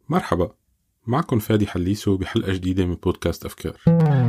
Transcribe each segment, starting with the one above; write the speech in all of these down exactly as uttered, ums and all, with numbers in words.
مرحبا، معكم فادي حليسو بحلقة جديدة من بودكاست أفكار.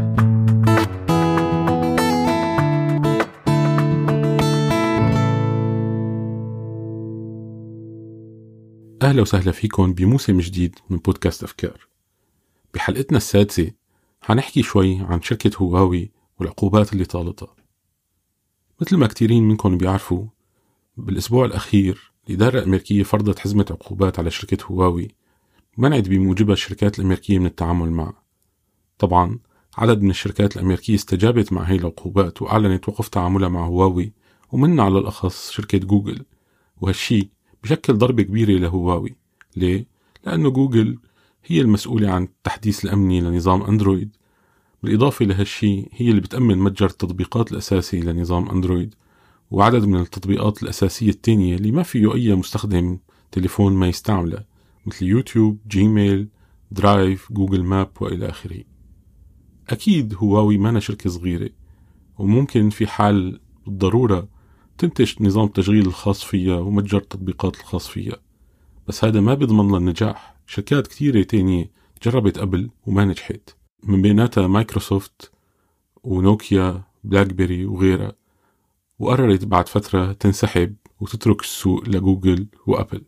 أهلا وسهلا فيكم بموسم جديد من بودكاست أفكار. بحلقتنا السادسة هنحكي شوي عن شركة هواوي والعقوبات اللي طالتها. مثل ما كتيرين منكم بيعرفوا، بالأسبوع الأخير الإدارة الأمريكية فرضت حزمة عقوبات على شركة هواوي منعت بموجبها الشركات الأمريكية من التعامل معها. طبعا عدد من الشركات الأمريكية استجابت مع هاي العقوبات وأعلنت وقف تعاملها مع هواوي، ومنها على الأخص شركة جوجل. وهالشي بشكل ضربة كبيرة لهواوي. ليه؟ لأنه جوجل هي المسؤولة عن التحديث الأمني لنظام أندرويد، بالإضافة لهالشي هي اللي بتأمن متجر التطبيقات الأساسي لنظام أندرويد، وعدد من التطبيقات الأساسية التانية اللي ما فيه أي مستخدم تليفون ما يستعملها، مثل يوتيوب، جيميل، درايف، جوجل ماب وإلى آخره. أكيد هواوي ما شركة صغيرة، وممكن في حال الضرورة تنتج نظام التشغيل الخاص فيها ومتجر التطبيقات الخاص فيها، بس هذا ما بيضمن لها النجاح. شركات كتيرة تانية جربت قبل وما نجحت، من بيناتها مايكروسوفت ونوكيا، بلاك بيري وغيرها، وقررت بعد فترة تنسحب وتترك السوق لجوجل وأبل.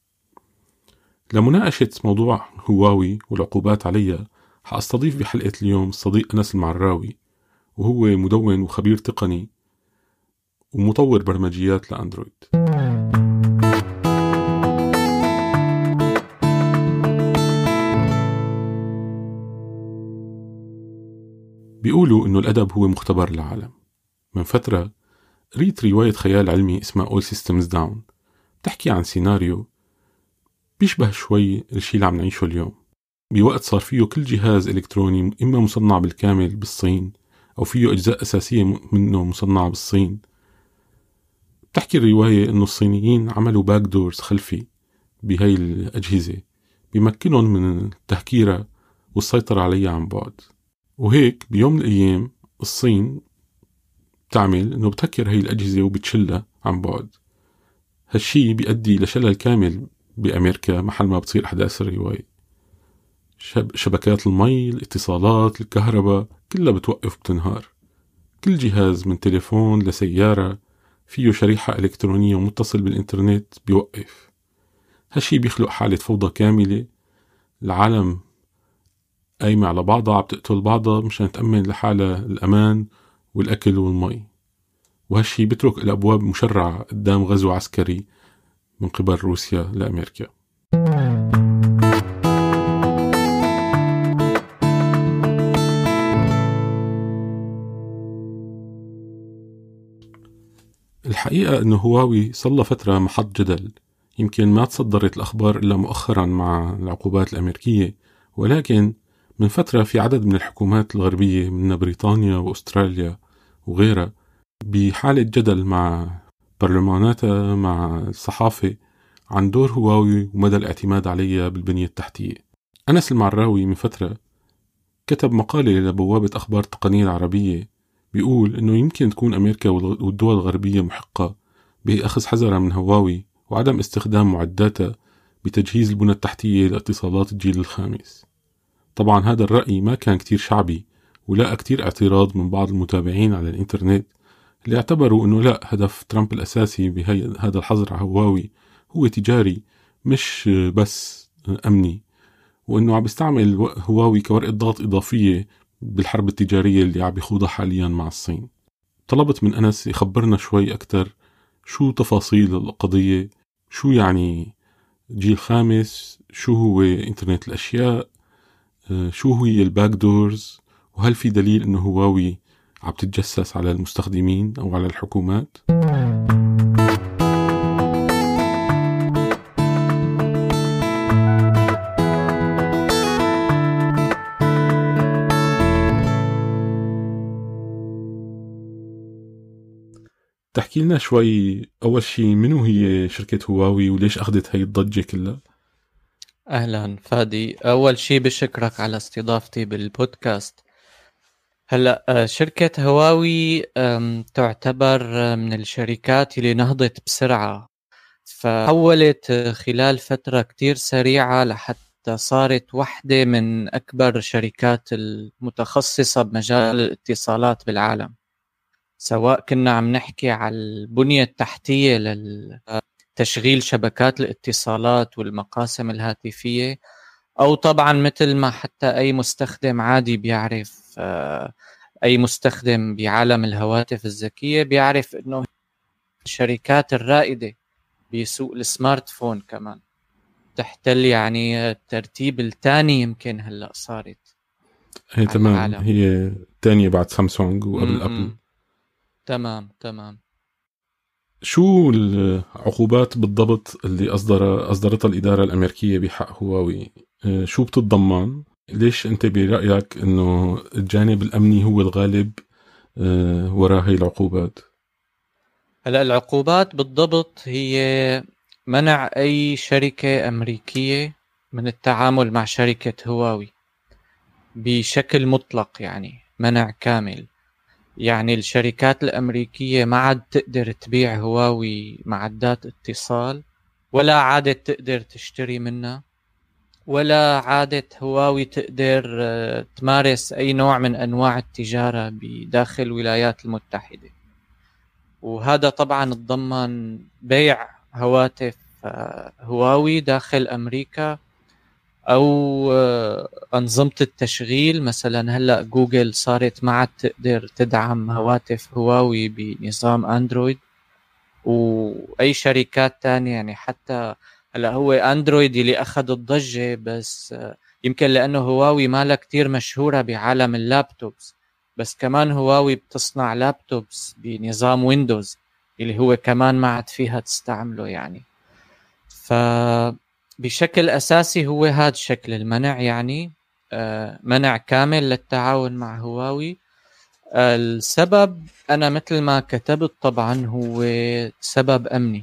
لمناقشة موضوع هواوي والعقوبات عليها حأستضيف بحلقة اليوم الصديق أنس المعراوي، وهو مدون وخبير تقني ومطور برمجيات لأندرويد. بيقولوا إنه الأدب هو مختبر العالم. من فترة قريت رواية خيال علمي اسمها All Systems Down، بتحكي عن سيناريو بيشبه شوي الشي اللي عم نعيشه اليوم، بوقت صار فيه كل جهاز إلكتروني إما مصنع بالكامل بالصين أو فيه أجزاء أساسية منه مصنعة بالصين. بتحكي الرواية إنه الصينيين عملوا باك دورز خلفي بهاي الأجهزة بيمكنهم من تهكيرها والسيطرة عليها عن بعد. وهيك بيوم من الأيام الصين بتعمل إنه بتهكر هاي الأجهزة وبتشلها عن بعد. هالشي بيؤدي لشلل كامل بأمريكا محل ما بتصير أحداث الرواية. شب شبكات المي، الاتصالات، الكهرباء كلها بتوقف بتنهار. كل جهاز من تليفون لسيارة فيه شريحة إلكترونية متصل بالإنترنت بيوقف. هالشي بيخلق حالة فوضى كاملة، العالم قايمة على بعضها عم تقتل بعضها مشان تأمن لحالها الأمان والأكل والمي. وهالشي بيترك الأبواب مشرعة قدام غزو عسكري من قبل روسيا لأمريكا. الحقيقة أنه هواوي صلى فترة محط جدل، يمكن ما تصدرت الأخبار إلا مؤخرا مع العقوبات الأمريكية، ولكن من فترة في عدد من الحكومات الغربية من بريطانيا وأستراليا وغيرها بحالة جدل مع برلماناتها مع الصحافة عن دور هواوي ومدى الاعتماد عليها بالبنية التحتية. أنس المعراوي من فترة كتب مقالة لبوابة أخبار التقنية العربية بيقول إنه يمكن تكون أمريكا والدول الغربية محقة بأخذ حذرها من هواوي وعدم استخدام معداتها بتجهيز البنى التحتية لاتصالات الجيل الخامس. طبعا هذا الرأي ما كان كتير شعبي، ولاقى كتير اعتراض من بعض المتابعين على الإنترنت اللي اعتبروا إنه لا، هدف ترامب الأساسي بهذا الحظر على هواوي هو تجاري مش بس أمني، وإنه عم بيستعمل هواوي كورقة ضغط إضافية بالحرب التجارية اللي عم بيخوضها حاليا مع الصين. طلبت من أنس يخبرنا شوي أكتر شو تفاصيل القضية، شو يعني جيل خامس، شو هو إنترنت الأشياء، شو هي الباك دورز، وهل في دليل إنه هواوي عم تتجسس على المستخدمين أو على الحكومات. تحكي لنا شوي أول شيء منو هي شركة هواوي وليش أخذت هاي الضجة كلها؟ أهلا فادي، أول شيء بشكرك على استضافتي بالبودكاست. هلأ شركة هواوي تعتبر من الشركات اللي نهضت بسرعة، فحولت خلال فترة كتير سريعة لحتى حتى صارت واحدة من أكبر الشركات المتخصصة بمجال الاتصالات بالعالم، سواء كنا عم نحكي على البنية التحتية لتشغيل شبكات الاتصالات والمقاسم الهاتفية، أو طبعا مثل ما حتى أي مستخدم عادي بيعرف، أي مستخدم بعالم الهواتف الذكية بيعرف أنه الشركات الرائدة بسوق السمارت فون كمان تحتل يعني الترتيب الثاني يمكن هلأ صارت. هي تمام، هي تانية بعد سامسونج وقبل أبل. تمام تمام. شو العقوبات بالضبط اللي أصدر أصدرتها الإدارة الأمريكية بحق هواوي؟ شو بتتضمن؟ ليش أنت برأيك أنه الجانب الأمني هو الغالب وراء هاي العقوبات؟ هلا العقوبات بالضبط هي منع أي شركة أمريكية من التعامل مع شركة هواوي بشكل مطلق، يعني منع كامل. يعني الشركات الأمريكية ما عاد تقدر تبيع هواوي معدات اتصال، ولا عادت تقدر تشتري منها، ولا عادت هواوي تقدر تمارس أي نوع من أنواع التجارة بداخل الولايات المتحدة. وهذا طبعا تضمن بيع هواتف هواوي داخل أمريكا، أو أنظمة التشغيل. مثلا هلأ جوجل صارت ما عاد تقدر تدعم هواتف هواوي بنظام أندرويد، وأي شركات تانية يعني. حتى هلأ هو أندرويد اللي أخذ الضجة، بس يمكن لأنه هواوي ما لها كتير مشهورة بعالم اللابتوبس، بس كمان هواوي بتصنع لابتوبس بنظام ويندوز اللي هو كمان ما عاد فيها تستعمله يعني. فبشكل أساسي هو هذا شكل المنع، يعني منع كامل للتعاون مع هواوي. السبب أنا مثل ما كتبت طبعا هو سبب أمني.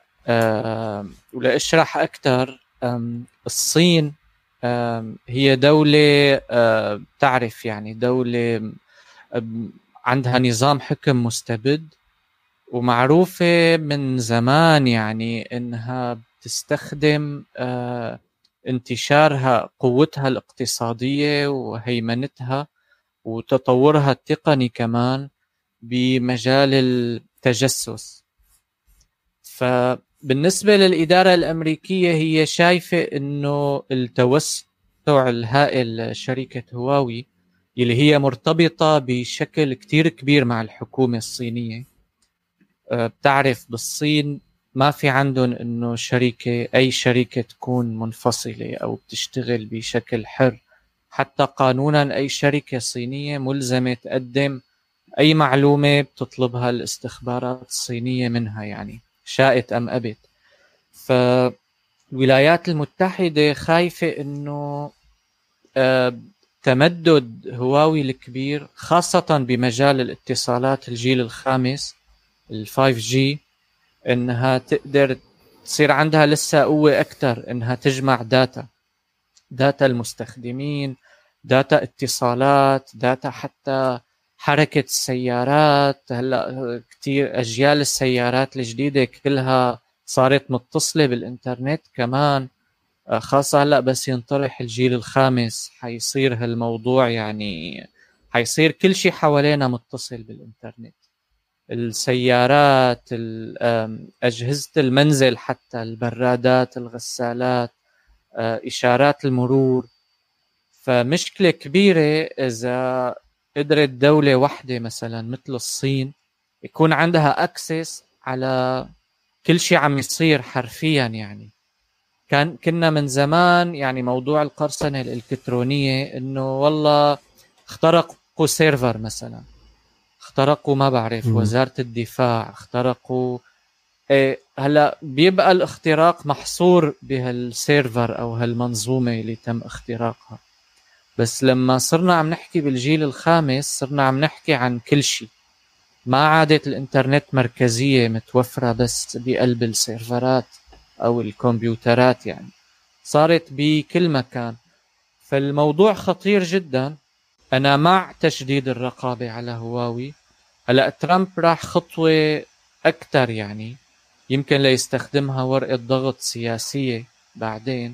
ولأشرح أكثر، الصين هي دولة تعرف يعني دولة عندها نظام حكم مستبد، ومعروفة من زمان يعني إنها بتستخدم انتشارها قوتها الاقتصادية وهيمنتها وتطورها التقني كمان بمجال التجسس. فبالنسبة للإدارة الأمريكية هي شايفة إنه التوسع الهائل لشركة هواوي اللي هي مرتبطة بشكل كتير كبير مع الحكومة الصينية. بتعرف بالصين ما في عندهم إنه شركة أي شركة تكون منفصلة أو بتشتغل بشكل حر. حتى قانونا أي شركة صينية ملزمة تقدم أي معلومة بتطلبها الاستخبارات الصينية منها، يعني شاءت أم أبت. فالولايات المتحدة خايفة إنه تمدد هواوي الكبير خاصة بمجال الاتصالات الجيل الخامس الفايف جي، إنها تقدر تصير عندها لسه قوة أكتر إنها تجمع داتا داتا المستخدمين، داتا اتصالات، داتا حتى حركة السيارات. هلأ كتير أجيال السيارات الجديدة كلها صارت متصلة بالإنترنت كمان، خاصة هلأ بس ينطرح الجيل الخامس حيصير هالموضوع، يعني حيصير كل شيء حوالينا متصل بالإنترنت. السيارات، أجهزة المنزل، حتى البرادات، الغسالات، إشارات المرور. فمشكلة كبيرة إذا قدرت دولة واحدة مثلا مثل الصين يكون عندها أكسس على كل شيء عم يصير حرفيا. يعني كان كنا من زمان يعني موضوع القرصنة الإلكترونية إنه والله اخترقوا سيرفر مثلا، اخترقوا ما بعرف م. وزارة الدفاع، اخترقوا إيه. هلا بيبقى الاختراق محصور بهالسيرفر أو هالمنظومة اللي تم اختراقها. بس لما صرنا عم نحكي بالجيل الخامس صرنا عم نحكي عن كل شيء، ما عادت الانترنت مركزية متوفرة بس بقلب السيرفرات أو الكمبيوترات، يعني صارت بكل مكان. فالموضوع خطير جدا. أنا مع تشديد الرقابة على هواوي. هلأ ترامب راح خطوة أكتر، يعني يمكن ليستخدمها ورقة ضغط سياسية بعدين،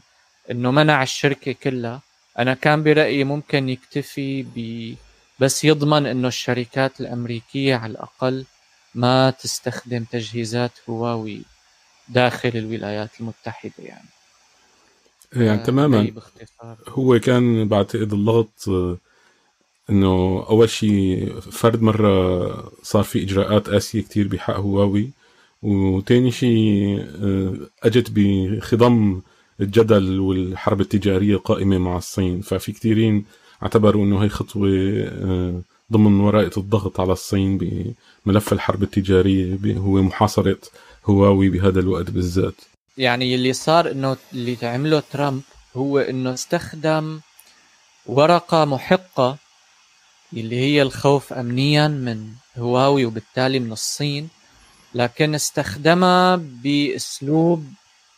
إنه منع الشركة كلها. أنا كان برأيي ممكن يكتفي ب بس يضمن إنه الشركات الأمريكية على الأقل ما تستخدم تجهيزات هواوي داخل الولايات المتحدة يعني. يعني تماما. باختصار هو كان بعتقد اللغط انه اول شيء فرد مرة صار في اجراءات قاسية كتير بحق هواوي، وتاني شيء اجت بخضم الجدل والحرب التجارية قائمة مع الصين، ففي كتيرين اعتبروا انه هي خطوة ضمن ورقة الضغط على الصين بملف الحرب التجارية، هو محاصرة هواوي بهذا الوقت بالذات. يعني اللي صار انه اللي تعمله ترامب هو انه استخدم ورقة محقة اللي هي الخوف امنيا من هواوي وبالتالي من الصين، لكن استخدمها باسلوب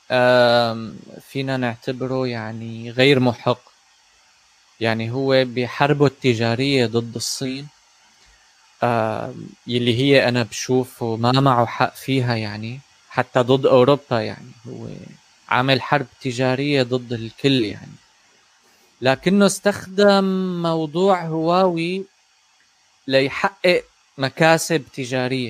فينا نعتبره يعني غير محق. يعني هو بحربه التجارية ضد الصين يلي هي أنا بشوفه ما معه حق فيها، يعني حتى ضد أوروبا، يعني هو عامل حرب تجارية ضد الكل يعني، لكنه استخدم موضوع هواوي ليحقق مكاسب تجارية.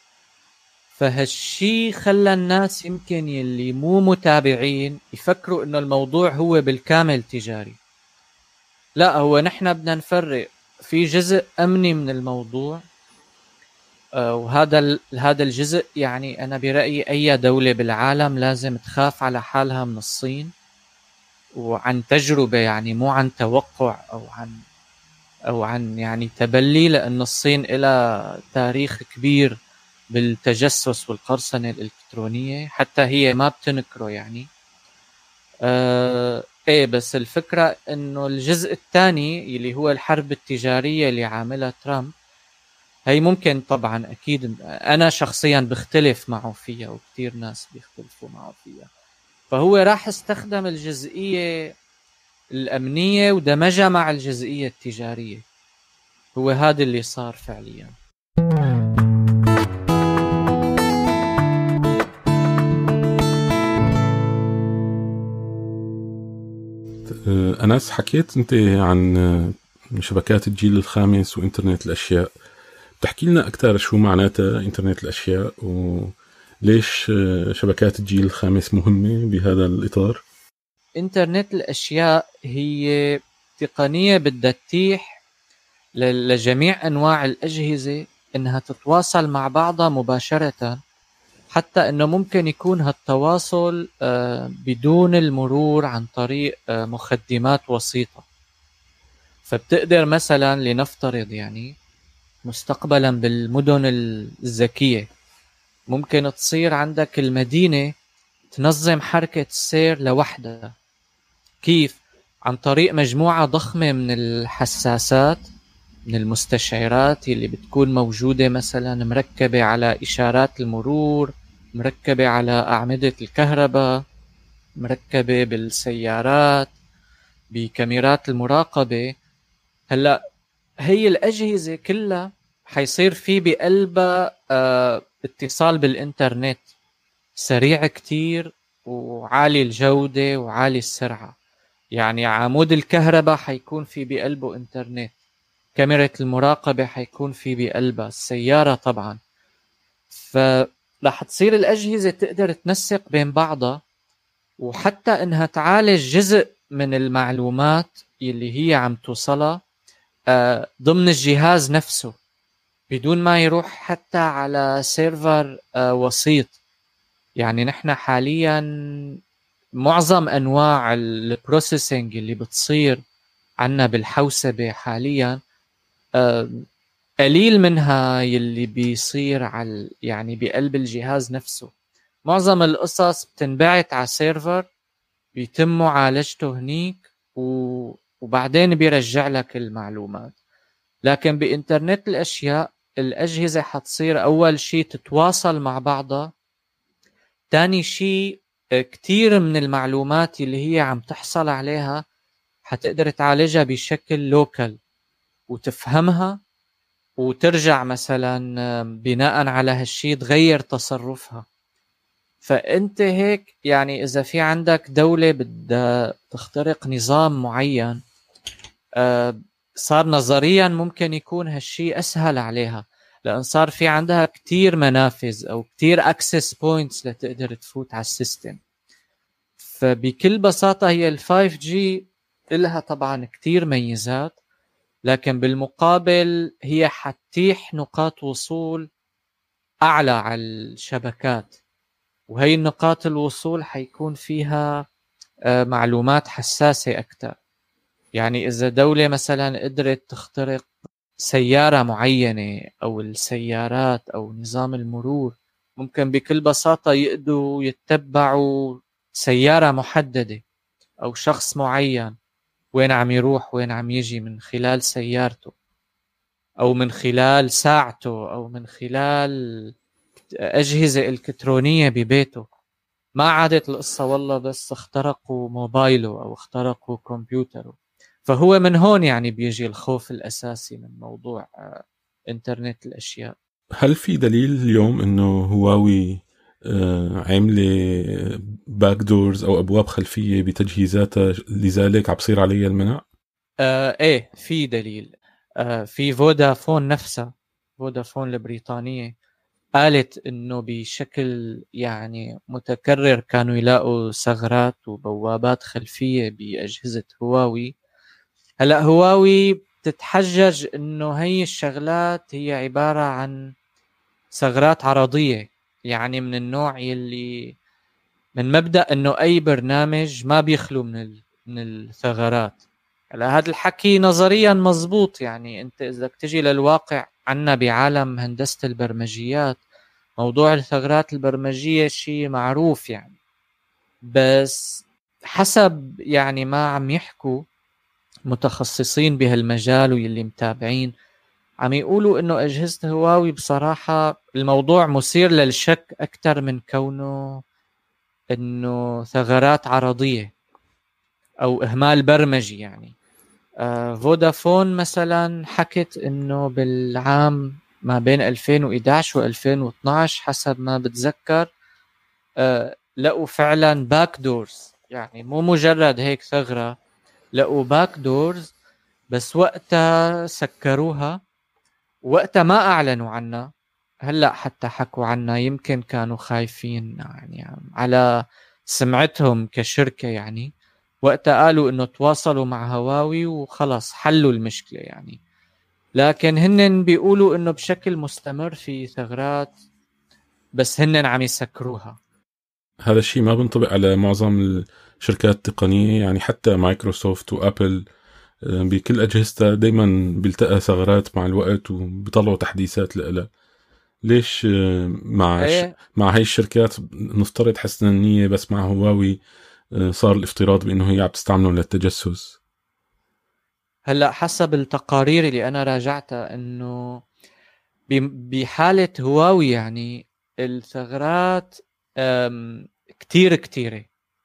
فهالشي خلى الناس يمكن يلي مو متابعين يفكروا انه الموضوع هو بالكامل تجاري. لا، هو نحن بدنا نفرق في جزء امني من الموضوع، آه وهذا هذا الجزء يعني انا برأيي اي دولة بالعالم لازم تخاف على حالها من الصين، وعن تجربة يعني مو عن توقع او عن او عن يعني تبلي، لان الصين لها تاريخ كبير بالتجسس والقرصنة الإلكترونية، حتى هي ما بتنكره يعني. آه ايه بس الفكرة انه الجزء الثاني اللي هو الحرب التجارية اللي عاملها ترامب، هي ممكن طبعا اكيد انا شخصيا بختلف معه فيها وكتير ناس بيختلفوا معه فيها، فهو راح استخدم الجزئية الأمنية ودمجها مع الجزئية التجارية. هو هذا اللي صار فعليا. أنس، حكيت أنت عن شبكات الجيل الخامس وإنترنت الأشياء، بتحكي لنا أكثر شو معناتها إنترنت الأشياء وليش شبكات الجيل الخامس مهمة بهذا الإطار؟ إنترنت الأشياء هي تقنية بدها تتيح لجميع أنواع الأجهزة إنها تتواصل مع بعضها مباشرة، حتى إنه ممكن يكون هالتواصل بدون المرور عن طريق مخدمات وسيطة. فبتقدر مثلا لنفترض يعني مستقبلا بالمدن الذكية ممكن تصير عندك المدينة تنظم حركة السير لوحدها. كيف؟ عن طريق مجموعة ضخمة من الحساسات، من المستشعرات اللي بتكون موجودة مثلا مركبة على إشارات المرور، مركبة على أعمدة الكهرباء، مركبة بالسيارات، بكاميرات المراقبة. هلأ هي الأجهزة كلها حيصير في بقلبها اه اتصال بالإنترنت سريع كتير وعالي الجودة وعالي السرعة. يعني عمود الكهرباء حيكون في بقلبه إنترنت، كاميرا المراقبة حيكون في بقلبها، السيارة طبعا. فرح تصير الأجهزة تقدر تنسق بين بعضها، وحتى إنها تعالج جزء من المعلومات اللي هي عم توصلها ضمن الجهاز نفسه بدون ما يروح حتى على سيرفر وسيط. يعني نحن حاليا معظم أنواع البروسيسنج اللي بتصير عنا بالحوسبة حاليا قليل منها يلي بيصير على يعني بقلب الجهاز نفسه. معظم القصص بتنبعت على سيرفر بيتم معالجته هنيك و... وبعدين بيرجع لك المعلومات. لكن بإنترنت الأشياء الأجهزة حتصير أول شيء تتواصل مع بعضها، تاني شيء كتير من المعلومات اللي هي عم تحصل عليها حتقدر تعالجها بشكل لوكال وتفهمها وترجع مثلا بناء على هالشي تغير تصرفها. فأنت هيك يعني إذا في عندك دولة بدها تخترق نظام معين، آه، صار نظريا ممكن يكون هالشي أسهل عليها، لأن صار في عندها كتير منافذ أو كتير access points لتقدر تفوت على السيستم. فبكل بساطة هي ال فايف جي إلها طبعا كتير ميزات، لكن بالمقابل هي حتتيح نقاط وصول أعلى على الشبكات، وهي النقاط الوصول حيكون فيها آه، معلومات حساسة أكتر. يعني إذا دولة مثلا قدرت تخترق سيارة معينة أو السيارات أو نظام المرور، ممكن بكل بساطة يقدروا يتبعوا سيارة محددة أو شخص معين وين عم يروح وين عم يجي من خلال سيارته أو من خلال ساعته أو من خلال أجهزة إلكترونية ببيته. ما عادت القصة والله بس اخترقوا موبايله أو اخترقوا كمبيوتره. فهو من هون يعني بيجي الخوف الأساسي من موضوع إنترنت الأشياء. هل في دليل اليوم إنه هواوي عاملة باك دورز أو أبواب خلفية بتجهيزاتها لذلك عبصير عليها المنع؟ آه إيه في دليل. آه في فودافون نفسها، فودافون البريطانية، قالت إنه بشكل يعني متكرر كانوا يلاقوا ثغرات وبوابات خلفية بأجهزة هواوي. هلأ هواوي بتتحجج إنه هي الشغلات هي عبارة عن ثغرات عرضية، يعني من النوع يلي من مبدأ إنه أي برنامج ما بيخلو من ال... من الثغرات. هلا هذا الحكي نظريا مزبوط، يعني أنت إذا تجي للواقع عنا بعالم هندسة البرمجيات موضوع الثغرات البرمجية شيء معروف يعني. بس حسب يعني ما عم يحكوا متخصصين بهالمجال واللي متابعين، عم يقولوا انه اجهزة هواوي بصراحة الموضوع مثير للشك اكثر من كونه انه ثغرات عرضية او اهمال برمجي. يعني آه فودافون مثلا حكت انه بالعام ما بين ألفين وإحدى عشر و ألفين واثني عشر حسب ما بتذكر آه لقوا فعلا باك دورز، يعني مو مجرد هيك ثغرة، لقوا باك دورز بس وقتها سكروها، وقتها ما أعلنوا عنها. هلأ حتى حكوا عنها يمكن كانوا خايفين يعني على سمعتهم كشركة، يعني وقتها قالوا إنه تواصلوا مع هواوي وخلص حلوا المشكلة يعني. لكن هنن بيقولوا إنه بشكل مستمر في ثغرات بس هنن عم يسكروها. هذا الشيء ما بنطبق على معظم الشركات التقنية، يعني حتى مايكروسوفت وأبل بكل أجهزتها دايما بيلتقى ثغرات مع الوقت وبيطلعوا تحديثات لها. ليش مع ايه؟ مع هاي الشركات نفترض حسن النية بس مع هواوي صار الافتراض بأنه هي عم تستعمله للتجسس؟ هلأ حسب التقارير اللي أنا راجعتها إنه بحالة هواوي يعني الثغرات كتير كتيرة.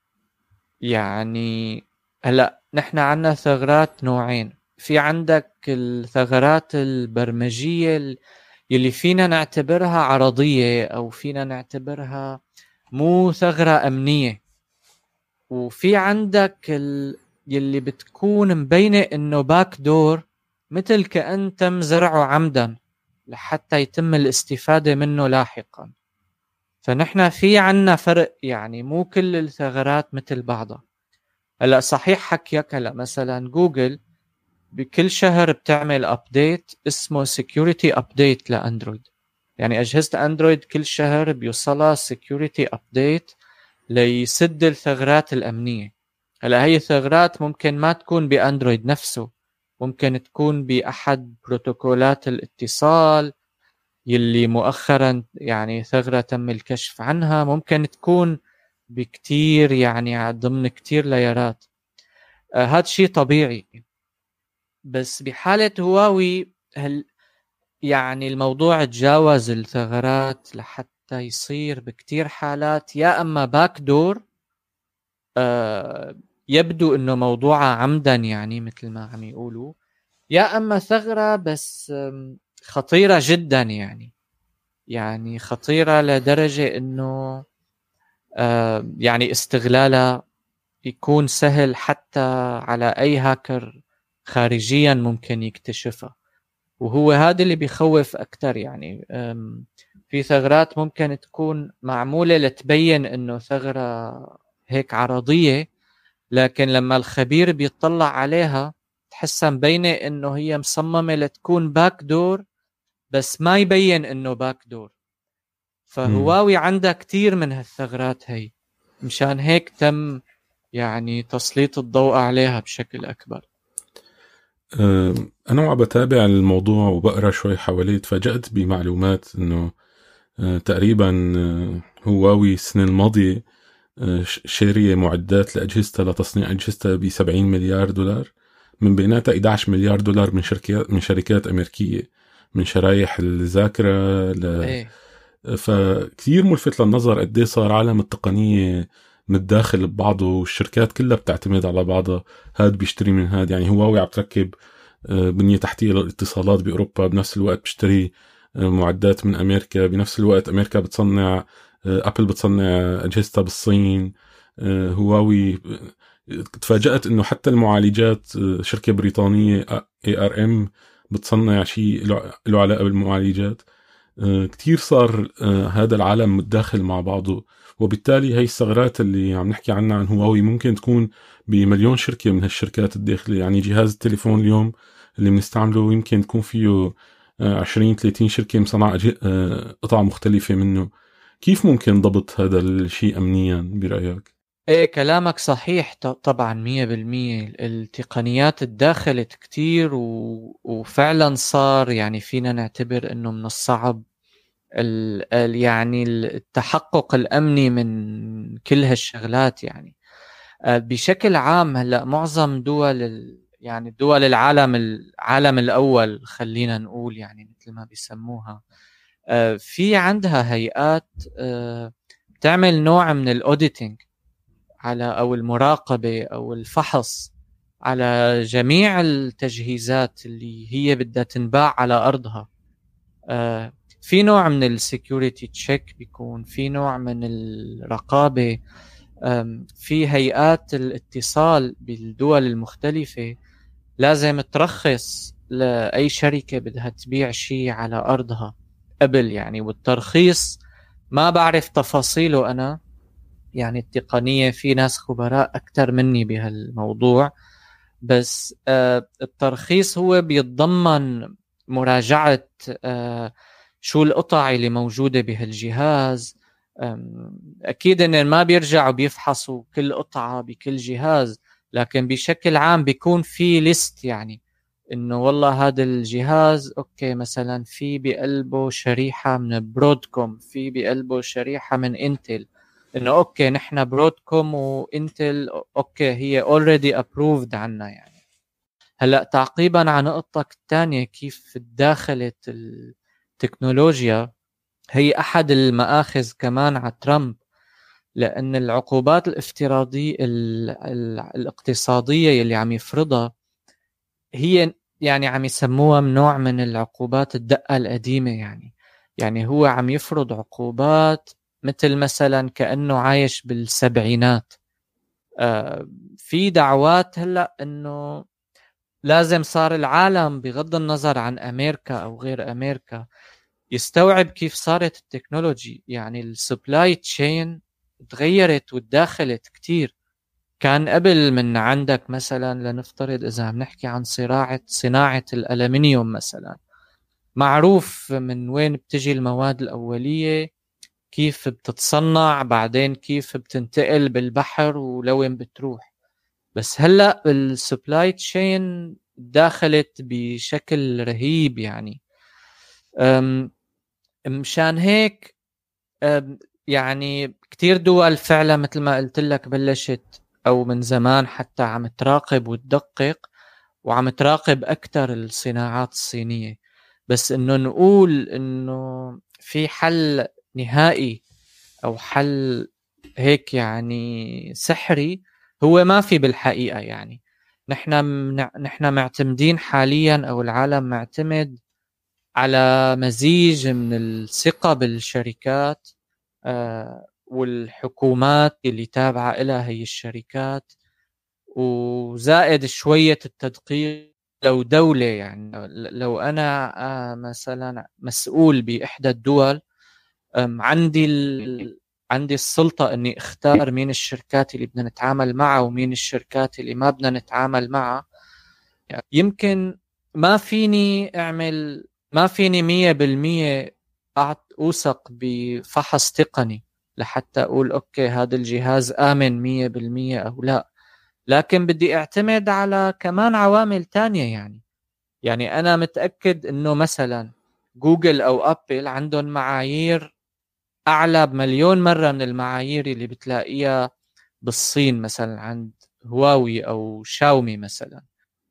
يعني هلأ نحن عنا ثغرات نوعين. في عندك الثغرات البرمجية يلي فينا نعتبرها عرضية أو فينا نعتبرها مو ثغرة أمنية، وفي عندك ال... يلي بتكون مبينة إنه باك دور، مثل كأن تم زرعه عمدا لحتى يتم الاستفادة منه لاحقا. فنحن في عنا فرق، يعني مو كل الثغرات مثل بعضها. هلا صحيح حكيك، هلا مثلا جوجل بكل شهر بتعمل ابديت اسمه سيكيورتي ابديت لاندرويد، يعني اجهزة اندرويد كل شهر بيوصلها سيكيورتي ابديت ليسد الثغرات الامنية. هلا هي الثغرات ممكن ما تكون باندرويد نفسه، ممكن تكون باحد بروتوكولات الاتصال يلي مؤخرا يعني ثغرة تم الكشف عنها، ممكن تكون بكتير يعني ضمن كتير لايرات. آه هذا شيء طبيعي. بس بحالة هواوي هل يعني الموضوع تجاوز الثغرات لحتى يصير بكتير حالات يا أما باك دور آه يبدو إنه موضوعها عمدا يعني مثل ما عم يقولوا، يا أما ثغرة بس خطيرة جدا، يعني يعني خطيرة لدرجة إنه يعني استغلالها يكون سهل حتى على أي هاكر خارجيا ممكن يكتشفها، وهو هذا اللي بيخوف أكتر. يعني في ثغرات ممكن تكون معمولة لتبين إنه ثغرة هيك عرضية، لكن لما الخبير بيطلع عليها تحسها مبينة إنه هي مصممة لتكون باك دور، بس ما يبين إنه باك دور. فهواوي عندها كتير من هالثغرات هي، مشان هيك تم يعني تسليط الضوء عليها بشكل أكبر. أنا وعم بتابع الموضوع وبقرأ شوي حواليه، تفاجأت بمعلومات إنه تقريبا هواوي السنة الماضية شارية معدات لأجهزتها لتصنيع أجهزتها بسبعين مليار دولار، من بيناتها إحدى عشر مليار دولار من شركات من شركات أمريكية، من شرايح الذاكرة ل... إيه. فكثير ملفت للنظر قديه صار عالم التقنية متداخل ببعضه، والشركات كلها بتعتمد على بعضها، هاد بيشتري من هاد. يعني هواوي عم تركب بنية تحتية للاتصالات بأوروبا، بنفس الوقت بتشتري معدات من أمريكا، بنفس الوقت أمريكا بتصنع، أبل بتصنع أجهزتها بالصين. هواوي تفاجأت إنه حتى المعالجات شركة بريطانية إيه آر إم بتصنع شيء له علاقة بالمعالجات. كتير صار هذا العالم متداخل مع بعضه، وبالتالي هاي الثغرات اللي عم نحكي عنها عن هواوي ممكن تكون بمليون شركة من هالشركات الداخلية. يعني جهاز التليفون اليوم اللي بنستعمله يمكن تكون فيه عشرين ثلاثين شركة مصنعة قطع مختلفة منه. كيف ممكن ضبط هذا الشيء أمنيا برأيك؟ ايه كلامك صحيح طبعا مية بالمية. التقنيات اتداخلت كتير و... وفعلا صار يعني فينا نعتبر انه من الصعب ال... ال... يعني التحقق الامني من كل هالشغلات. يعني بشكل عام هلا معظم دول ال... يعني دول العالم العالم الاول خلينا نقول، يعني مثل ما بيسموها، في عندها هيئات تعمل نوع من الاوديتنج على أو المراقبة أو الفحص على جميع التجهيزات اللي هي بدها تنباع على أرضها. آه في نوع من السيكوريتي تشيك، بيكون في نوع من الرقابة. في هيئات الاتصال بالدول المختلفة لازم ترخص لأي شركة بدها تبيع شيء على أرضها قبل يعني. والترخيص ما بعرف تفاصيله أنا، يعني التقنية في ناس خبراء أكتر مني بهالموضوع، بس آه الترخيص هو بيتضمن مراجعة آه شو القطع اللي موجودة بهالجهاز. أكيد إن ما بيرجعوا بيفحصوا كل قطعة بكل جهاز، لكن بشكل عام بيكون في ليست، يعني إنه والله هذا الجهاز أوكي مثلا في بقلبه شريحة من برودكوم، في بقلبه شريحة من إنتل، إنه أوكي نحن برودكوم وإنتل أوكي هي already approved عنا. يعني هلأ تعقيبا عن نقطتك الثانية كيف داخلت التكنولوجيا، هي أحد المآخذ كمان على ترامب، لأن العقوبات الافتراضية الاقتصادية اللي عم يفرضها هي يعني عم يسموها من نوع من العقوبات الدقة القديمة. يعني يعني هو عم يفرض عقوبات مثل مثلا كأنه عايش بالسبعينات. آه في دعوات هلأ أنه لازم صار العالم بغض النظر عن أمريكا أو غير أمريكا يستوعب كيف صارت التكنولوجي. يعني السبلاي تشين تغيرت وتداخلت كتير. كان قبل من عندك مثلا لنفترض إذا عم نحكي عن صناعة صناعة الألمنيوم مثلا، معروف من وين بتجي المواد الأولية، كيف بتتصنع، بعدين كيف بتنتقل بالبحر ولوين بتروح. بس هلأ السبلاي تشين داخلت بشكل رهيب. يعني مشان هيك يعني كتير دول فعلا مثل ما قلت لك بلشت أو من زمان حتى عم تراقب وتدقق وعم تراقب أكتر الصناعات الصينية. بس إنه نقول إنه في حل نهائي أو حل هيك يعني سحري، هو ما في بالحقيقة. يعني نحن نحن معتمدين حاليا أو العالم معتمد على مزيج من الثقة بالشركات والحكومات اللي تابعة إلى هي الشركات، وزائد شوية التدقيق. لو دولة يعني لو أنا آه، مثلا مسؤول بإحدى الدول، أم، عندي ال... عندي السلطة إني اختار مين الشركات اللي بدنا نتعامل معها ومين الشركات اللي ما بدنا نتعامل معها. يعني يمكن ما فيني أعمل ما فيني مية بالمية أوثق بفحص تقني لحتى أقول أوكي هذا الجهاز آمن مية بالمية أو لا، لكن بدي اعتمد على كمان عوامل تانية. يعني يعني أنا متأكد إنه مثلا جوجل أو أبل عندهم معايير أعلى بمليون مرة من المعايير اللي بتلاقيها بالصين مثلا عند هواوي أو شاومي مثلا.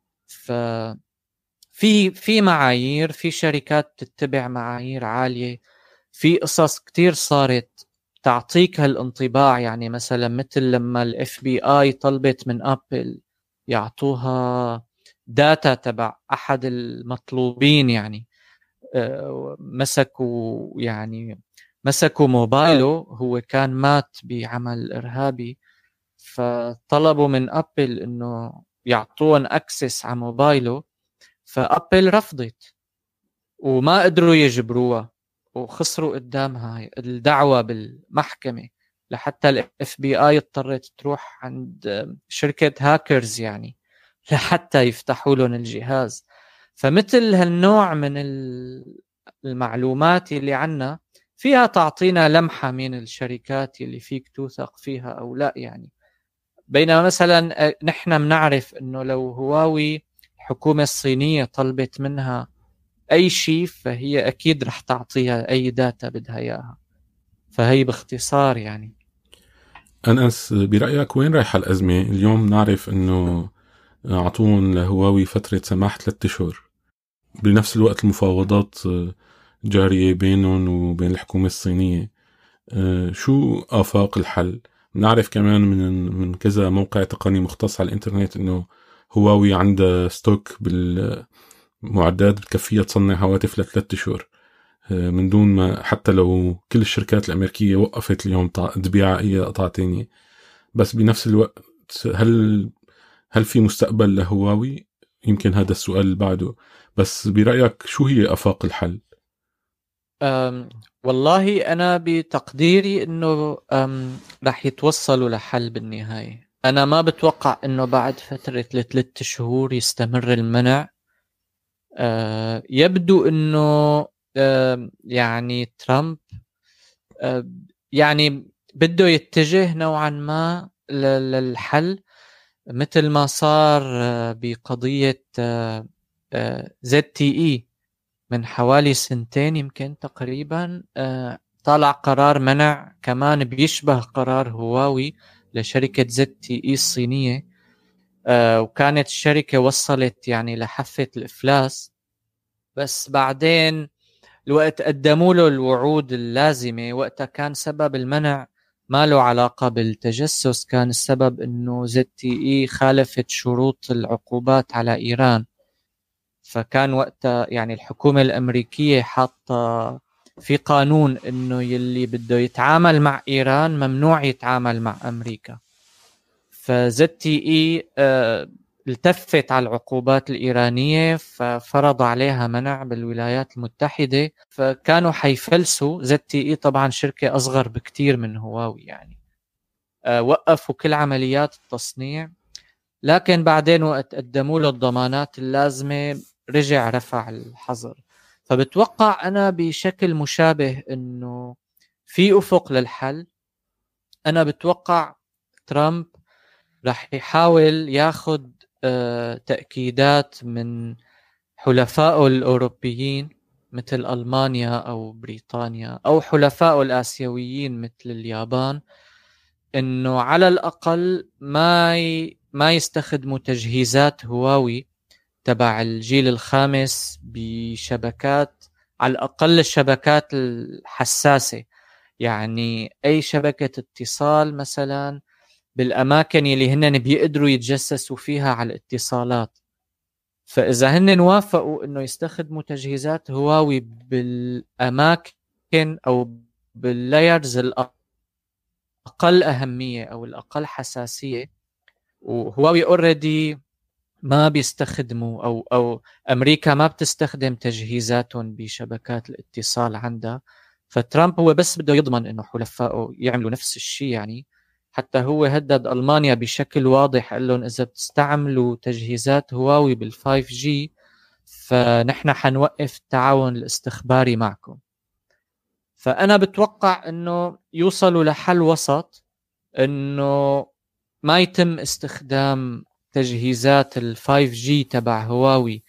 ففي في معايير، في شركات تتبع معايير عالية، في قصص كتير صارت تعطيك هالانطباع. يعني مثلا مثل لما الاف بي اي طلبت من ابل يعطوها داتا تبع احد المطلوبين، يعني آه، مسكوا يعني مسكوا موبايله، هو كان مات بعمل ارهابي، فطلبوا من ابل انه يعطوهم اكسس على موبايله، فابل رفضت وما قدروا يجبروها وخسروا قدامها الدعوة بالمحكمة، لحتى الاف بي اي اضطرت تروح عند شركة هاكرز يعني لحتى يفتحوا لهم الجهاز. فمثل هالنوع من المعلومات اللي عنا فيها تعطينا لمحة من الشركات اللي فيك توثق فيها أو لا. يعني بينما مثلا نحن بنعرف أنه لو هواوي الحكومة الصينية طلبت منها أي شيء فهي أكيد رح تعطيها أي داتا بدها إياها. فهي باختصار يعني. أنس، برأيك وين رايحة الأزمة؟ اليوم نعرف أنه عطون لهواوي فترة سماح ثلاثة أشهر، بنفس الوقت المفاوضات جارية بينهم وبين الحكومة الصينية. شو آفاق الحل؟ نعرف كمان من من كذا موقع تقني مختص على الإنترنت أنه هواوي عندها ستوك بالمعدات بتكفيها تصنع هواتف لثلاثة أشهر من دون ما، حتى لو كل الشركات الأمريكية وقفت اليوم تبيع أي قطعة تانية. بس بنفس الوقت هل هل في مستقبل لهواوي؟ يمكن هذا السؤال اللي بعده. بس برأيك شو هي آفاق الحل؟ أم والله أنا بتقديري أنه أم رح يتوصلوا لحل بالنهاية. أنا ما بتوقع أنه بعد فترة لثلاث شهور يستمر المنع. أه يبدو أنه أه يعني ترامب أه يعني بده يتجه نوعا ما للحل، مثل ما صار بقضية زد تي اي من حوالي سنتين يمكن تقريبا. طلع قرار منع كمان بيشبه قرار هواوي لشركة زد تي اي الصينية، وكانت الشركة وصلت يعني لحافة الإفلاس. بس بعدين الوقت قدموا له الوعود اللازمة، وقتها كان سبب المنع ما له علاقة بالتجسس، كان السبب انه زد تي اي خالفت شروط العقوبات على ايران. فكان وقتها يعني الحكومة الامريكية حاطة في قانون انه يلي بده يتعامل مع ايران ممنوع يتعامل مع امريكا. فزد تي اي آه التفت على العقوبات الإيرانية ففرض عليها منع بالولايات المتحدة، فكانوا حيفلسوا. زد تي اي طبعا شركة أصغر بكتير من هواوي يعني. أه وقفوا كل عمليات التصنيع، لكن بعدين وقت قدموا له الضمانات اللازمة رجع رفع الحظر. فبتوقع أنا بشكل مشابه أنه في أفق للحل. أنا بتوقع ترامب رح يحاول ياخد أه تأكيدات من حلفائه الأوروبيين مثل ألمانيا أو بريطانيا أو حلفائه الآسيويين مثل اليابان، إنه على الأقل ما ي... ما يستخدموا تجهيزات هواوي تبع الجيل الخامس بشبكات، على الأقل الشبكات الحساسة. يعني أي شبكة اتصال مثلا بالأماكن اللي هن بيقدروا يتجسسوا فيها على الاتصالات. فإذا هن وافقوا إنه يستخدموا تجهيزات هواوي بالأماكن أو باللايرز الأقل الأقل أهمية أو الأقل حساسية، وهواوي أوريدي ما بيستخدموا أو أو أمريكا ما بتستخدم تجهيزاتهم بشبكات الاتصال عندها. فترامب هو بس بده يضمن إنه حلفائه يعملوا نفس الشيء، يعني حتى هو هدد ألمانيا بشكل واضح، قال لهم إذا بتستعملوا تجهيزات هواوي بالفايف جي فنحن حنوقف التعاون الاستخباري معكم. فأنا بتوقع إنه يوصلوا لحل وسط، إنه ما يتم استخدام تجهيزات الفايف جي تبع هواوي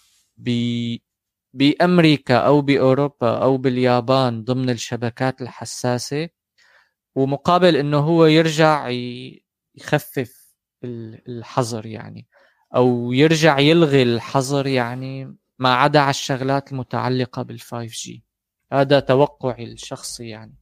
بأمريكا أو بأوروبا أو باليابان ضمن الشبكات الحساسة، ومقابل إنه هو يرجع يخفف الحظر يعني، أو يرجع يلغي الحظر يعني ما عدا على الشغلات المتعلقة بالفايف جي. هذا توقعي الشخصي يعني.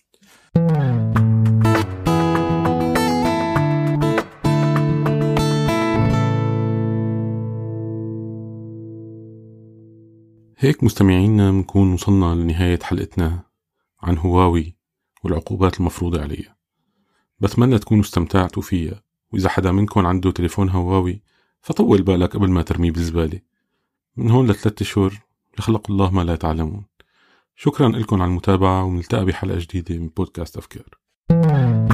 هيك مستمعينا بنكون وصلنا لنهاية حلقتنا عن هواوي والعقوبات المفروضة عليها. بتمنى تكونوا استمتعتوا فيها، وإذا حدا منكم عنده تليفون هواوي فطول بالك قبل ما ترميه بالزبالة. من هون لثلاثة أشهر يخلق الله ما لا تعلمون. شكرا لكم على المتابعة، ونلتقى بحلقة جديدة من بودكاست أفكار.